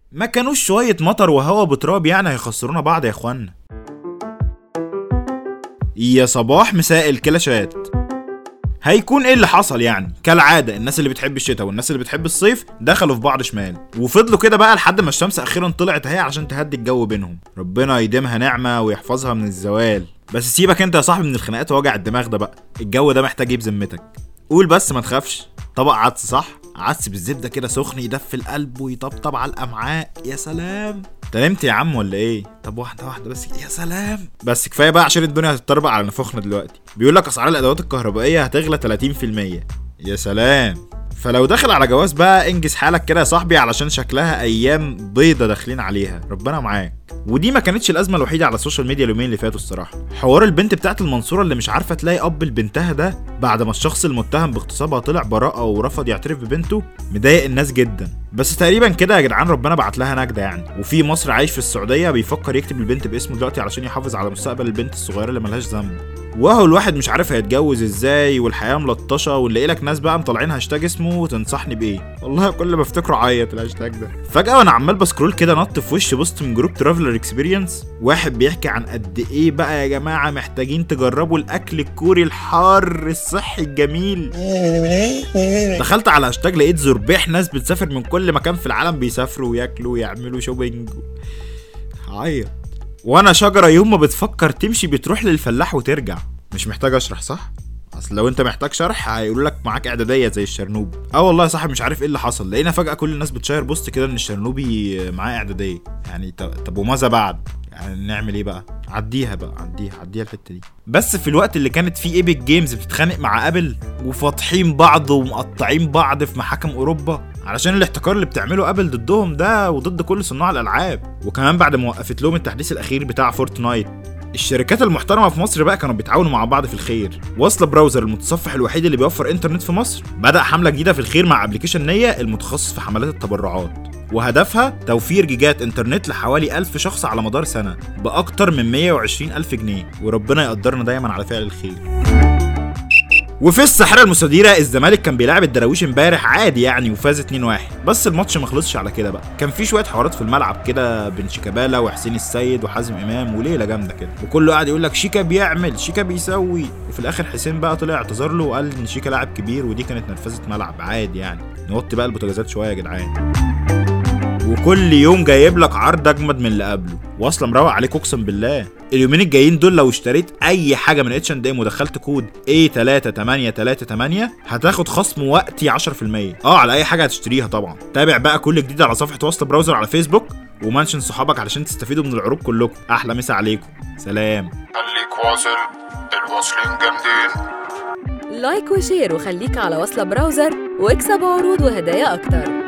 ما كانوش شوية مطر وهوا بتراب يعني هيخسرونا بعض يا اخوانا. يا صباح مساء الكلاشات. هيكون ايه اللي حصل يعني؟ كالعادة الناس اللي بتحب الشتاء والناس اللي بتحب الصيف دخلوا في بعض شمال، وفضلوا كده بقى لحد ما الشمس اخيرا طلعت اهي عشان تهدي الجو بينهم. ربنا يديمها نعمة ويحفظها من الزوال. بس سيبك انت يا صاحبي من الخناقات ووجع الدماغ ده بقى، الجو ده محتاج يجيب ذمتك. قول بس ما تخافش، طبق عدس صح؟ عدس بالزبدة كده سخن يدفي القلب ويطبطب على الامعاء، يا سلام. نمت يا عم ولا ايه؟ طب واحدة بس، يا سلام. بس كفايه بقى عشان الدنيا هتتطربق على نفوخنا دلوقتي. بيقول لك اسعار الادوات الكهربائيه هتغلى 30%. يا سلام. فلو داخل على جواز بقى انجز حالك كده يا صاحبي، علشان شكلها ايام بيضه داخلين عليها، ربنا معاك. ودي ما كانتش الازمه الوحيده على السوشيال ميديا اليومين اللي فاتوا الصراحه. حوار البنت بتاعت المنصوره اللي مش عارفه تلاقي اب لبنتها ده بعد ما الشخص المتهم باغتصابها طلع براءه ورفض يعترف ببنته، مضايق الناس جدا. بس تقريبا كده يا جدعان ربنا بعت لها نجده يعني. وفي مصر عايش في السعوديه بيفكر يكتب البنت باسمه دلوقتي علشان يحافظ على مستقبل البنت الصغيره اللي ملهاش ذنب. وهو الواحد مش عارف هيتجوز ازاي والحياه ملطشه، ونلاقي لك ناس بقى مطلعين هاشتاج اسمه وتنصحني بايه. والله كل ما افتكره عيط الهاشتاج ده. فجاه وانا عمال بسكرول كده نط في وش بوست من جروب ترافلر اكسبيرينس، واحد بيحكي عن قد ايه بقى يا جماعه محتاجين تجربوا الاكل الكوري الحار الصحي الجميل. دخلت على هاشتاج لقيت زربيح ناس بتسافر من كل مكان في العالم بيسافروا وياكلوا ويعملوا شوبينج. عيط. وانا شجره يوم ما بتفكر تمشي بتروح للفلاح وترجع. مش محتاج اشرح صح؟ اصل لو انت محتاج شرح هيقولوا لك معاك اعداديه زي الشرنوب. والله يا صاحبي مش عارف ايه اللي حصل، لقينا فجاه كل الناس بتشير بوست كده ان الشرنوبي معاه اعداديه يعني. طب وماذا بعد؟ يعني نعمل ايه بقى؟ عديها الحته دي. بس في الوقت اللي كانت فيه ايبك جيمز بتتخانق مع ابل وفاتحين بعض ومقطعين بعض في محاكم اوروبا علشان الاحتكار اللي بتعمله ابل ضدهم ده وضد كل صناع الالعاب، وكمان بعد ما وقفت لهم التحديث الاخير بتاع فورتنايت، الشركات المحترمه في مصر بقى كانوا بيتعاونوا مع بعض في الخير. واصله براوزر المتصفح الوحيد اللي بيوفر انترنت في مصر بدأ حمله جديده في الخير مع ابلكيشن نية المتخصص في حملات التبرعات، وهدفها توفير جيجات انترنت لحوالي 1000 شخص على مدار سنه باكتر من 120,000 جنيه، وربنا يقدرنا دايما على فعل الخير. وفي الساحره المستديره الزمالك كان بيلعب الدراويش امبارح عادي يعني وفاز 2-1، بس الماتش ما خلصش على كده بقى. كان في شويه حوارات في الملعب كده بين شيكابالا وحسين السيد وحازم امام وليله جامده كده، وكله قاعد يقول لك شيكا بيعمل شيكا بيسوي، وفي الاخر حسين بقى طلع اعتذر له وقال ان شيكا لاعب كبير ودي كانت نرفزه ملعب عادي يعني. نوطي بقى البوتاجازات شويه يا جدعان. وكل يوم جايب لك عرض اجمد من اللي قبله، واصلا مروق عليك اقسم بالله. اليومين الجايين دول لو اشتريت اي حاجه من H&M ودخلت كود A3838 هتاخد خصم وقتي 10% على اي حاجه هتشتريها طبعا. تابع بقى كل جديد على صفحه وصل براوزر على فيسبوك ومنشن صحابك علشان تستفيدوا من العروض كلكم. احلى مسا عليكم، سلام. خليك واصل، الواصلين جامدين. لايك وشير وخليك على وصل براوزر واكسب عروض وهدايا اكتر.